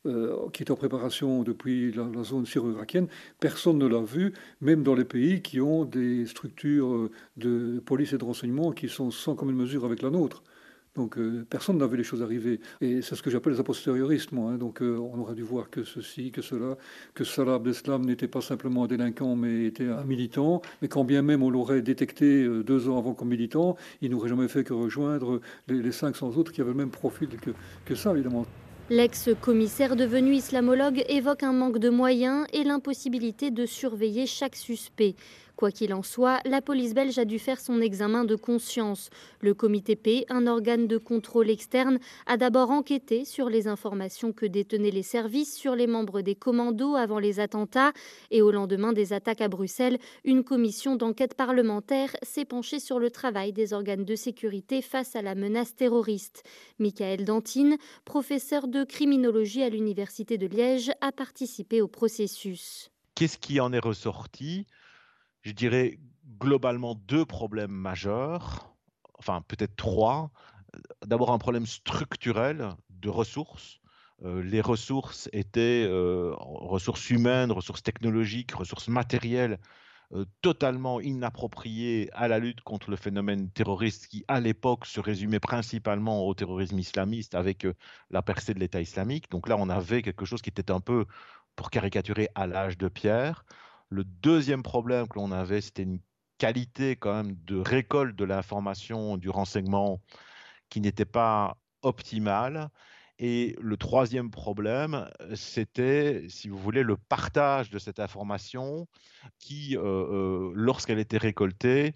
qui est en préparation depuis la zone syro-irakienne, personne ne l'a vu, même dans les pays qui ont des structures de police et de renseignement qui sont sans commune mesure avec la nôtre. Donc personne n'a vu les choses arriver. Et c'est ce que j'appelle les a postérioristes, moi. Donc on aurait dû voir que ceci, que cela, que Salah Abdeslam n'était pas simplement un délinquant, mais était un militant. Mais quand bien même on l'aurait détecté 2 ans avant comme militant, il n'aurait jamais fait que rejoindre les 500 autres qui avaient le même profil que ça, évidemment. L'ex-commissaire devenu islamologue évoque un manque de moyens et l'impossibilité de surveiller chaque suspect. Quoi qu'il en soit, la police belge a dû faire son examen de conscience. Le comité P, un organe de contrôle externe, a d'abord enquêté sur les informations que détenaient les services sur les membres des commandos avant les attentats. Et au lendemain des attaques à Bruxelles, une commission d'enquête parlementaire s'est penchée sur le travail des organes de sécurité face à la menace terroriste. Michael Dantine, professeur de criminologie à l'Université de Liège, a participé au processus. Qu'est-ce qui en est ressorti ? Je dirais globalement 2 problèmes majeurs, enfin peut-être 3. D'abord un problème structurel de ressources. Les ressources étaient ressources humaines, ressources technologiques, ressources matérielles, totalement inappropriées à la lutte contre le phénomène terroriste qui, à l'époque, se résumait principalement au terrorisme islamiste avec la percée de l'État islamique. Donc là, on avait quelque chose qui était un peu, pour caricaturer, à l'âge de pierre. Le deuxième problème que l'on avait, c'était une qualité quand même de récolte de l'information, du renseignement qui n'était pas optimale. Et le troisième problème, c'était, si vous voulez, le partage de cette information qui, lorsqu'elle était récoltée,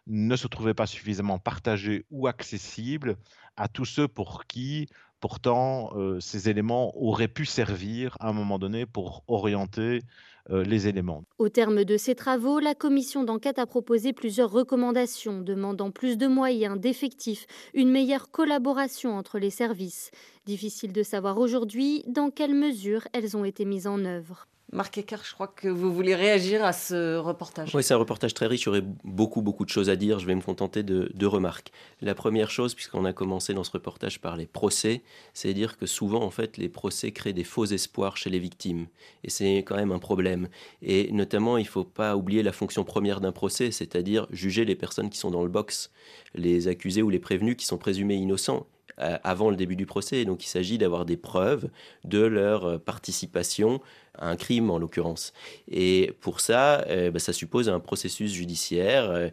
ne se trouvaient pas suffisamment partagés ou accessibles à tous ceux pour qui, pourtant, ces éléments auraient pu servir à un moment donné pour orienter les éléments. Au terme de ces travaux, la commission d'enquête a proposé plusieurs recommandations demandant plus de moyens, d'effectifs, une meilleure collaboration entre les services. Difficile de savoir aujourd'hui dans quelle mesure elles ont été mises en œuvre. Marc Eckert, je crois que vous voulez réagir à ce reportage. Oui, c'est un reportage très riche, il y aurait beaucoup de choses à dire, je vais me contenter de 2 remarques. La première chose, puisqu'on a commencé dans ce reportage par les procès, c'est dire que souvent, en fait, les procès créent des faux espoirs chez les victimes. Et c'est quand même un problème. Et notamment, il ne faut pas oublier la fonction première d'un procès, c'est-à-dire juger les personnes qui sont dans le box, les accusés ou les prévenus qui sont présumés innocents avant le début du procès. Et donc il s'agit d'avoir des preuves de leur participation à un crime en l'occurrence. Et pour ça, ça suppose un processus judiciaire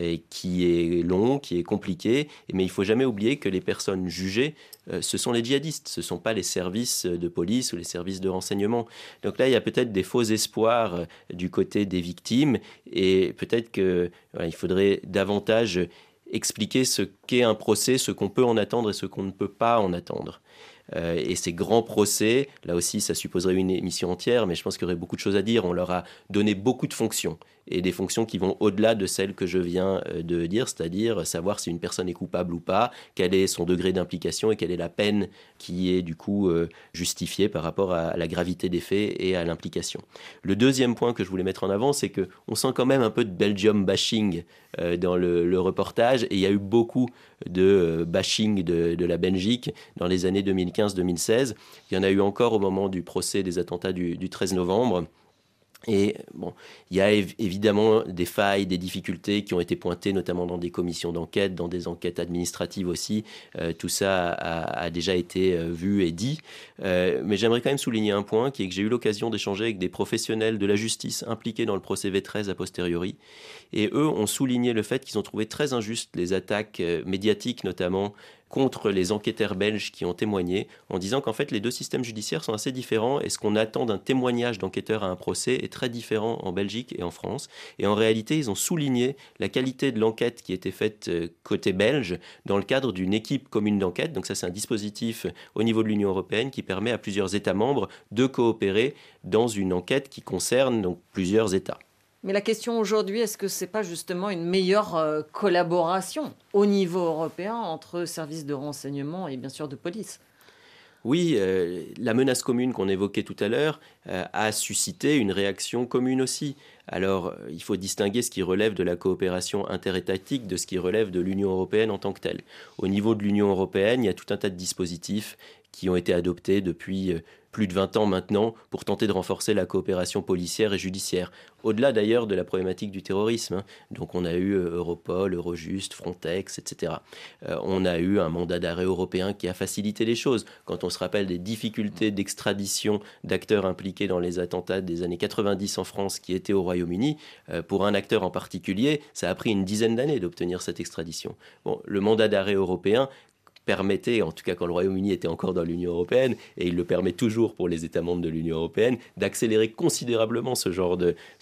qui est long, qui est compliqué, mais il ne faut jamais oublier que les personnes jugées, ce sont les djihadistes, ce ne sont pas les services de police ou les services de renseignement. Donc là, il y a peut-être des faux espoirs du côté des victimes et peut-être qu'il faudrait davantage expliquer ce qu'est un procès, ce qu'on peut en attendre et ce qu'on ne peut pas en attendre. Et ces grands procès, là aussi ça supposerait une émission entière, mais je pense qu'il y aurait beaucoup de choses à dire. On leur a donné beaucoup de fonctions, et des fonctions qui vont au-delà de celles que je viens de dire, c'est-à-dire savoir si une personne est coupable ou pas, quel est son degré d'implication et quelle est la peine qui est du coup justifiée par rapport à la gravité des faits et à l'implication. Le deuxième point que je voulais mettre en avant, c'est qu'on sent quand même un peu de Belgium bashing dans le reportage, et il y a eu beaucoup de bashing de la Belgique dans les années 2015-2016. Il y en a eu encore au moment du procès des attentats du 13 novembre. Et bon, il y a évidemment des failles, des difficultés qui ont été pointées, notamment dans des commissions d'enquête, dans des enquêtes administratives aussi. Tout ça a déjà été vu et dit. Mais j'aimerais quand même souligner un point, qui est que j'ai eu l'occasion d'échanger avec des professionnels de la justice impliqués dans le procès V13 a posteriori. Et eux ont souligné le fait qu'ils ont trouvé très injustes les attaques médiatiques, notamment contre les enquêteurs belges qui ont témoigné, en disant qu'en fait les deux systèmes judiciaires sont assez différents et ce qu'on attend d'un témoignage d'enquêteur à un procès est très différent en Belgique et en France. Et en réalité, ils ont souligné la qualité de l'enquête qui était faite côté belge dans le cadre d'une équipe commune d'enquête. Donc ça, c'est un dispositif au niveau de l'Union européenne qui permet à plusieurs États membres de coopérer dans une enquête qui concerne donc plusieurs États. Mais la question aujourd'hui, est-ce que ce n'est pas justement une meilleure collaboration au niveau européen entre services de renseignement et bien sûr de police ? Oui, la menace commune qu'on évoquait tout à l'heure a suscité une réaction commune aussi. Alors, il faut distinguer ce qui relève de la coopération interétatique de ce qui relève de l'Union européenne en tant que telle. Au niveau de l'Union européenne, il y a tout un tas de dispositifs qui ont été adoptés depuis plus de 20 ans maintenant pour tenter de renforcer la coopération policière et judiciaire. Au-delà d'ailleurs de la problématique du terrorisme. Donc on a eu Europol, Eurojust, Frontex, etc. On a eu un mandat d'arrêt européen qui a facilité les choses. Quand on se rappelle des difficultés d'extradition d'acteurs impliqués dans les attentats des années 90 en France qui étaient au Royaume-Uni, pour un acteur en particulier, ça a pris une dizaine d'années d'obtenir cette extradition. Bon, le mandat d'arrêt européen permettait, en tout cas quand le Royaume-Uni était encore dans l'Union européenne, et il le permet toujours pour les États membres de l'Union européenne, d'accélérer considérablement ce genre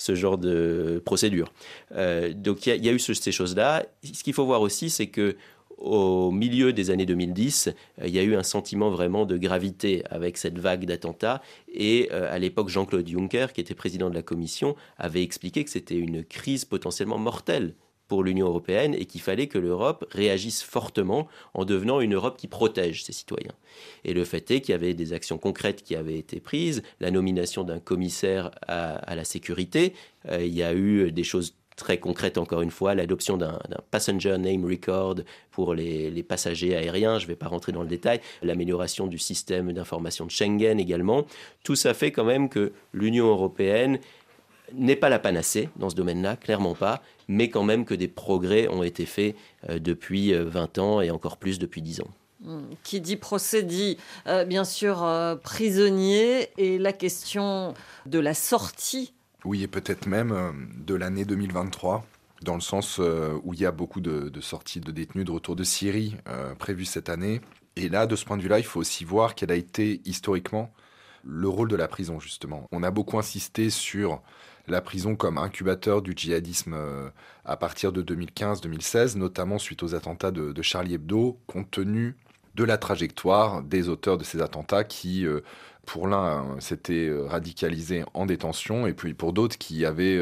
de procédure. Donc il y a eu ces choses-là. Ce qu'il faut voir aussi, c'est que au milieu des années 2010, il y a eu un sentiment vraiment de gravité avec cette vague d'attentats. Et à l'époque, Jean-Claude Juncker, qui était président de la Commission, avait expliqué que c'était une crise potentiellement mortelle pour l'Union européenne et qu'il fallait que l'Europe réagisse fortement en devenant une Europe qui protège ses citoyens. Et le fait est qu'il y avait des actions concrètes qui avaient été prises, la nomination d'un commissaire à la sécurité, il y a eu des choses très concrètes encore une fois, l'adoption d'un passenger name record pour les passagers aériens, je ne vais pas rentrer dans le détail, l'amélioration du système d'information de Schengen également. Tout ça fait quand même que l'Union européenne n'est pas la panacée dans ce domaine-là, clairement pas, mais quand même que des progrès ont été faits depuis 20 ans et encore plus depuis 10 ans. Qui dit procès dit bien sûr prisonnier, et la question de la sortie. Oui, et peut-être même de l'année 2023, dans le sens où il y a beaucoup de sorties de détenus de retour de Syrie prévues cette année. Et là, de ce point de vue-là, il faut aussi voir quelle a été historiquement le rôle de la prison, justement. On a beaucoup insisté sur la prison comme incubateur du djihadisme à partir de 2015-2016, notamment suite aux attentats de Charlie Hebdo, compte tenu de la trajectoire des auteurs de ces attentats qui, pour l'un, s'étaient radicalisés en détention, et puis pour d'autres qui avaient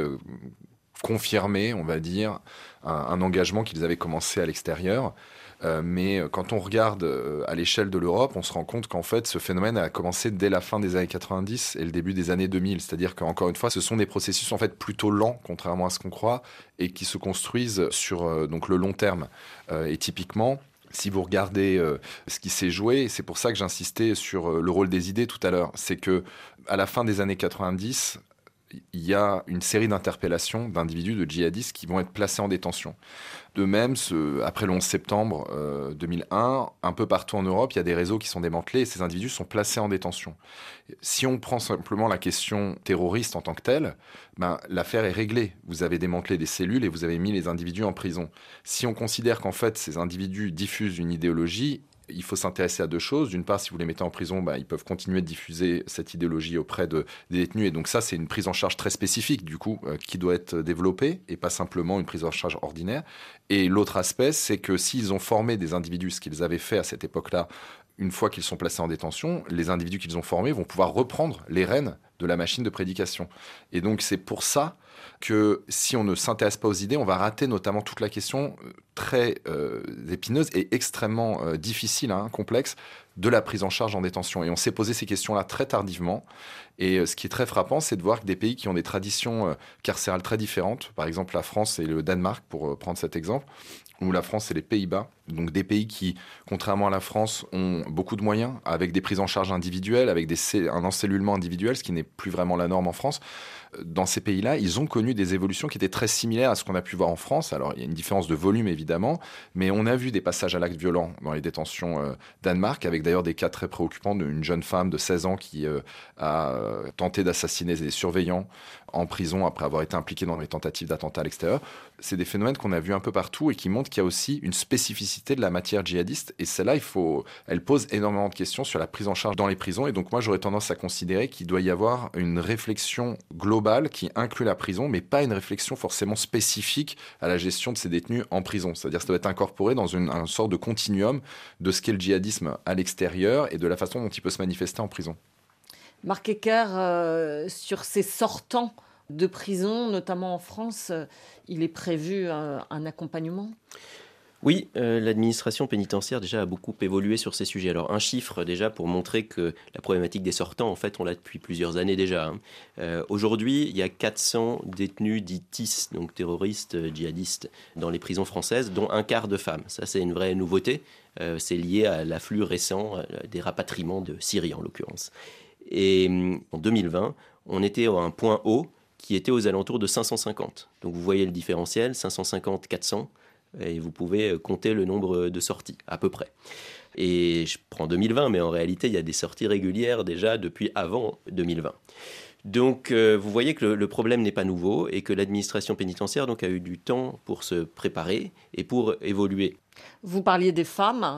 confirmé, on va dire, un engagement qu'ils avaient commencé à l'extérieur. Mais quand on regarde à l'échelle de l'Europe, on se rend compte qu'en fait, ce phénomène a commencé dès la fin des années 90 et le début des années 2000. C'est-à-dire qu'encore une fois, ce sont des processus en fait plutôt lents, contrairement à ce qu'on croit, et qui se construisent sur donc le long terme. Et typiquement, si vous regardez ce qui s'est joué, c'est pour ça que j'insistais sur le rôle des idées tout à l'heure, c'est que à la fin des années 90, il y a une série d'interpellations d'individus, de djihadistes qui vont être placés en détention. De même, après le 11 septembre 2001, un peu partout en Europe, il y a des réseaux qui sont démantelés et ces individus sont placés en détention. Si on prend simplement la question terroriste en tant que telle, l'affaire est réglée. Vous avez démantelé des cellules et vous avez mis les individus en prison. Si on considère qu'en fait ces individus diffusent une idéologie, il faut s'intéresser à deux choses. D'une part, si vous les mettez en prison, ils peuvent continuer de diffuser cette idéologie auprès des détenus. Et donc ça, c'est une prise en charge très spécifique, du coup, qui doit être développée et pas simplement une prise en charge ordinaire. Et l'autre aspect, c'est que s'ils ont formé des individus, ce qu'ils avaient fait à cette époque-là, une fois qu'ils sont placés en détention, les individus qu'ils ont formés vont pouvoir reprendre les rênes de la machine de prédication. Et donc c'est pour ça que si on ne s'intéresse pas aux idées, on va rater notamment toute la question très épineuse et extrêmement difficile, complexe, de la prise en charge en détention. Et on s'est posé ces questions-là très tardivement. Et ce qui est très frappant, c'est de voir que des pays qui ont des traditions carcérales très différentes, par exemple la France et le Danemark, pour prendre cet exemple, ou la France et les Pays-Bas, donc des pays qui, contrairement à la France, ont beaucoup de moyens, avec des prises en charge individuelles, avec un encellulement individuel, ce qui n'est plus vraiment la norme en France. Dans ces pays-là, ils ont connu des évolutions qui étaient très similaires à ce qu'on a pu voir en France. Alors, il y a une différence de volume, évidemment, mais on a vu des passages à l'acte violent dans les détentions Danemark, avec d'ailleurs des cas très préoccupants d'une jeune femme de 16 ans qui a tenté d'assassiner des surveillants en prison après avoir été impliquée dans des tentatives d'attentat à l'extérieur. C'est des phénomènes qu'on a vus un peu partout et qui montrent qu'il y a aussi une spécificité de la matière djihadiste. Et celle-là, elle pose énormément de questions sur la prise en charge dans les prisons. Et donc moi, j'aurais tendance à considérer qu'il doit y avoir une réflexion globale qui inclut la prison, mais pas une réflexion forcément spécifique à la gestion de ces détenus en prison. C'est-à-dire que ça doit être incorporé dans une sorte de continuum de ce qu'est le djihadisme à l'extérieur et de la façon dont il peut se manifester en prison. Marc Hecker, sur ces sortants de prison, notamment en France, il est prévu un accompagnement ? Oui, l'administration pénitentiaire déjà a beaucoup évolué sur ces sujets. Alors un chiffre déjà pour montrer que la problématique des sortants, en fait, on l'a depuis plusieurs années déjà. Aujourd'hui, il y a 400 détenus dits TIS, donc terroristes, djihadistes, dans les prisons françaises, dont un quart de femmes. Ça, c'est une vraie nouveauté. C'est lié à l'afflux récent des rapatriements de Syrie, en l'occurrence. Et en 2020, on était à un point haut qui était aux alentours de 550. Donc vous voyez le différentiel, 550-400, et vous pouvez compter le nombre de sorties, à peu près. Et je prends 2020, mais en réalité, il y a des sorties régulières déjà depuis avant 2020. Donc vous voyez que le problème n'est pas nouveau et que l'administration pénitentiaire donc, a eu du temps pour se préparer et pour évoluer. Vous parliez des femmes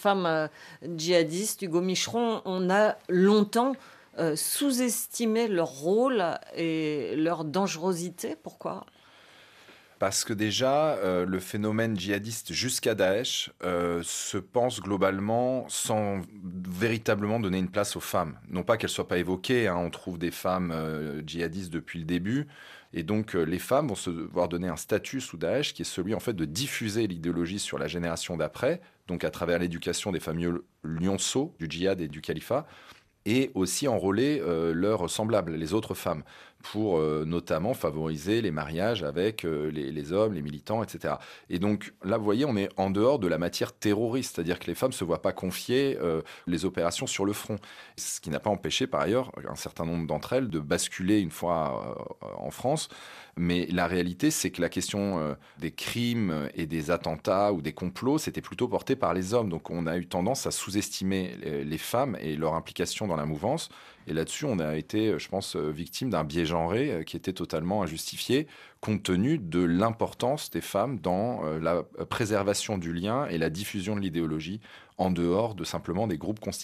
djihadistes. Hugo Micheron, on a longtemps sous-estimé leur rôle et leur dangerosité. Pourquoi ? Parce que déjà, le phénomène djihadiste jusqu'à Daesh se pense globalement sans véritablement donner une place aux femmes. Non pas qu'elles ne soient pas évoquées, on trouve des femmes djihadistes depuis le début. Et donc, les femmes vont se voir donner un statut sous Daesh qui est celui en fait, de diffuser l'idéologie sur la génération d'après, donc à travers l'éducation des fameux lionceaux du djihad et du califat, et aussi enrôler leurs semblables, les autres femmes, pour notamment favoriser les mariages avec les hommes, les militants, etc. Et donc là, vous voyez, on est en dehors de la matière terroriste, c'est-à-dire que les femmes ne se voient pas confier les opérations sur le front. Ce qui n'a pas empêché, par ailleurs, un certain nombre d'entre elles de basculer une fois en France. Mais la réalité, c'est que la question des crimes et des attentats ou des complots, c'était plutôt porté par les hommes. Donc on a eu tendance à sous-estimer les femmes et leur implication dans la mouvance. Et là-dessus, on a été, je pense, victime d'un biais genré qui était totalement injustifié, compte tenu de l'importance des femmes dans la préservation du lien et la diffusion de l'idéologie en dehors de simplement des groupes constitués.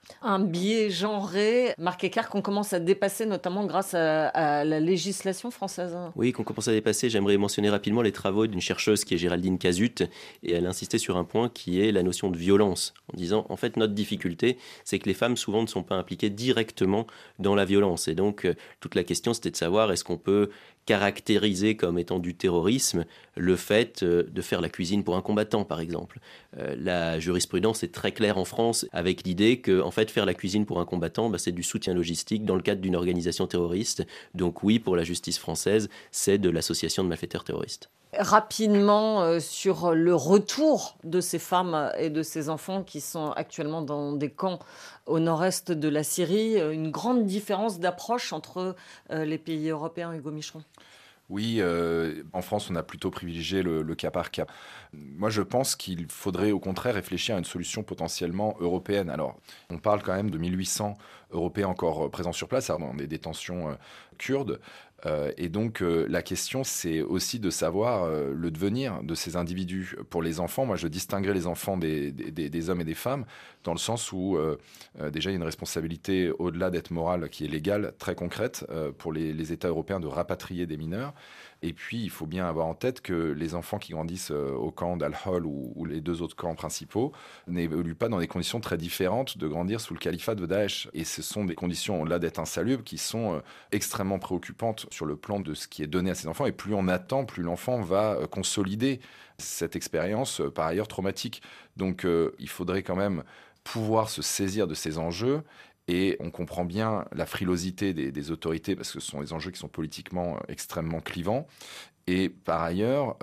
Un biais genré, Marc Eckert, qu'on commence à dépasser notamment grâce à la législation française. Oui, qu'on commence à dépasser. J'aimerais mentionner rapidement les travaux d'une chercheuse qui est Géraldine Cazut, et elle insistait sur un point qui est la notion de violence, en disant en fait notre difficulté c'est que les femmes souvent ne sont pas impliquées directement dans la violence, et donc toute la question c'était de savoir est-ce qu'on peut caractériser comme étant du terrorisme le fait de faire la cuisine pour un combattant, par exemple. La jurisprudence est très claire en France avec l'idée que en fait, faire la cuisine pour un combattant, c'est du soutien logistique dans le cadre d'une organisation terroriste. Donc oui, pour la justice française, c'est de l'association de malfaiteurs terroristes. Rapidement, sur le retour de ces femmes et de ces enfants qui sont actuellement dans des camps au nord-est de la Syrie, une grande différence d'approche entre les pays européens, Hugo Micheron. Oui, en France, on a plutôt privilégié le cas par cas. Moi, je pense qu'il faudrait au contraire réfléchir à une solution potentiellement européenne. Alors, on parle quand même de 1800 Européens encore présents sur place, dans des détentions kurdes. Et donc, la question, c'est aussi de savoir le devenir de ces individus. Pour les enfants, moi, je distinguerais les enfants des hommes et des femmes, dans le sens où, déjà, il y a une responsabilité, au-delà d'être morale, qui est légale, très concrète, pour les États européens de rapatrier des mineurs. Et puis, il faut bien avoir en tête que les enfants qui grandissent au camp d'Al-Hol ou les deux autres camps principaux n'évoluent pas dans des conditions très différentes de grandir sous le califat de Daesh. Et ce sont des conditions, au-delà d'être insalubres, qui sont extrêmement préoccupantes sur le plan de ce qui est donné à ces enfants. Et plus on attend, plus l'enfant va consolider cette expérience, par ailleurs traumatique. Donc, il faudrait quand même pouvoir se saisir de ces enjeux. Et on comprend bien la frilosité des autorités, parce que ce sont des enjeux qui sont politiquement extrêmement clivants. Et par ailleurs,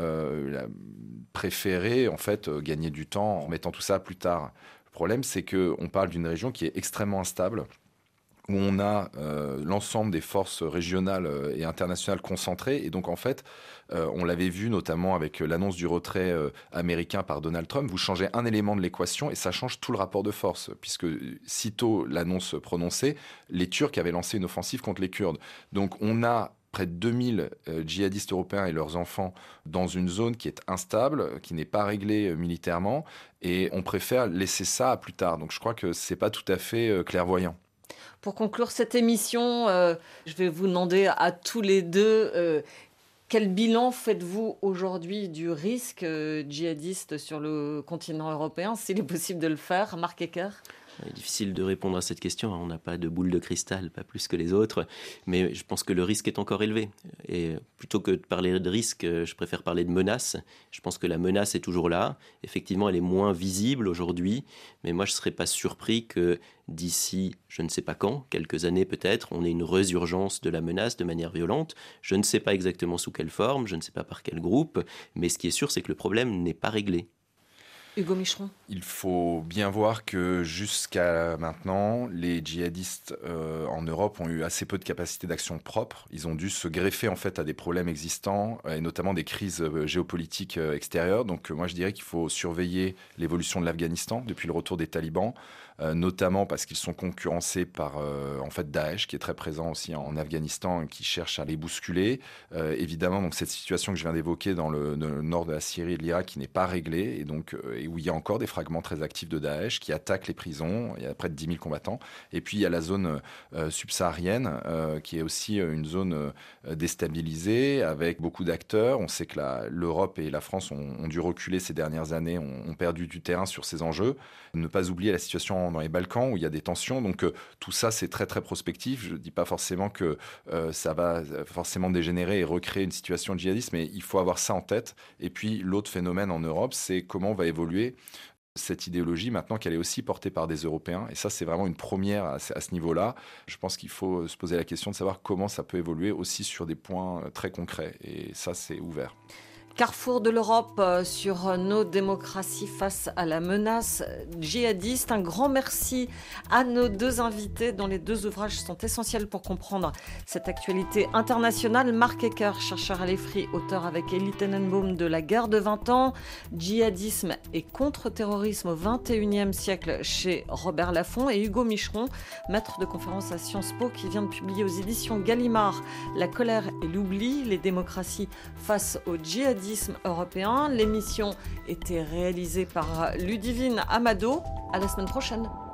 préférer en fait gagner du temps en mettant tout ça plus tard. Le problème, c'est qu'on parle d'une région qui est extrêmement instable, où on a l'ensemble des forces régionales et internationales concentrées. Et donc, en fait, on l'avait vu notamment avec l'annonce du retrait américain par Donald Trump. Vous changez un élément de l'équation et ça change tout le rapport de force. Puisque, sitôt l'annonce prononcée, les Turcs avaient lancé une offensive contre les Kurdes. Donc, on a près de 2000 djihadistes européens et leurs enfants dans une zone qui est instable, qui n'est pas réglée militairement. Et on préfère laisser ça à plus tard. Donc, je crois que ce n'est pas tout à fait clairvoyant. Pour conclure cette émission, je vais vous demander à tous les deux, quel bilan faites-vous aujourd'hui du risque djihadiste sur le continent européen, s'il est possible de le faire, Marc Eckert ? Il est difficile de répondre à cette question, on n'a pas de boule de cristal, pas plus que les autres, mais je pense que le risque est encore élevé. Et plutôt que de parler de risque, je préfère parler de menace. Je pense que la menace est toujours là. Effectivement, elle est moins visible aujourd'hui, mais moi je ne serais pas surpris que d'ici, je ne sais pas quand, quelques années peut-être, on ait une résurgence de la menace de manière violente. Je ne sais pas exactement sous quelle forme, je ne sais pas par quel groupe, mais ce qui est sûr, c'est que le problème n'est pas réglé. Hugo Micheron. Il faut bien voir que jusqu'à maintenant, les djihadistes en Europe ont eu assez peu de capacité d'action propre. Ils ont dû se greffer en fait à des problèmes existants et notamment des crises géopolitiques extérieures. Donc moi je dirais qu'il faut surveiller l'évolution de l'Afghanistan depuis le retour des talibans, notamment parce qu'ils sont concurrencés par en fait Daesh qui est très présent aussi en Afghanistan et qui cherche à les bousculer. Évidemment donc cette situation que je viens d'évoquer dans le nord de la Syrie et de l'Irak qui n'est pas réglée et donc et où il y a encore des fragments très actifs de Daesh qui attaquent les prisons. Il y a près de 10 000 combattants. Et puis, il y a la zone subsaharienne qui est aussi une zone déstabilisée avec beaucoup d'acteurs. On sait que l'Europe et la France ont dû reculer ces dernières années, ont perdu du terrain sur ces enjeux. Ne pas oublier la situation dans les Balkans où il y a des tensions. Donc, tout ça, c'est très, très prospectif. Je ne dis pas forcément que ça va forcément dégénérer et recréer une situation de djihadisme, mais il faut avoir ça en tête. Et puis, l'autre phénomène en Europe, c'est comment va évoluer cette idéologie maintenant qu'elle est aussi portée par des Européens. Et ça, c'est vraiment une première à ce niveau-là. Je pense qu'il faut se poser la question de savoir comment ça peut évoluer aussi sur des points très concrets. Et ça, c'est ouvert. Carrefour de l'Europe sur nos démocraties face à la menace djihadiste. Un grand merci à nos deux invités dont les deux ouvrages sont essentiels pour comprendre cette actualité internationale. Marc Eckert, chercheur à l'EFRI, auteur avec Elie Tenenbaum de La guerre de 20 ans, djihadisme et contre-terrorisme au XXIe siècle chez Robert Laffont, et Hugo Micheron, maître de conférence à Sciences Po, qui vient de publier aux éditions Gallimard La colère et l'oubli, les démocraties face au djihadisme européen. L'émission était réalisée par Ludivine Amado. À la semaine prochaine.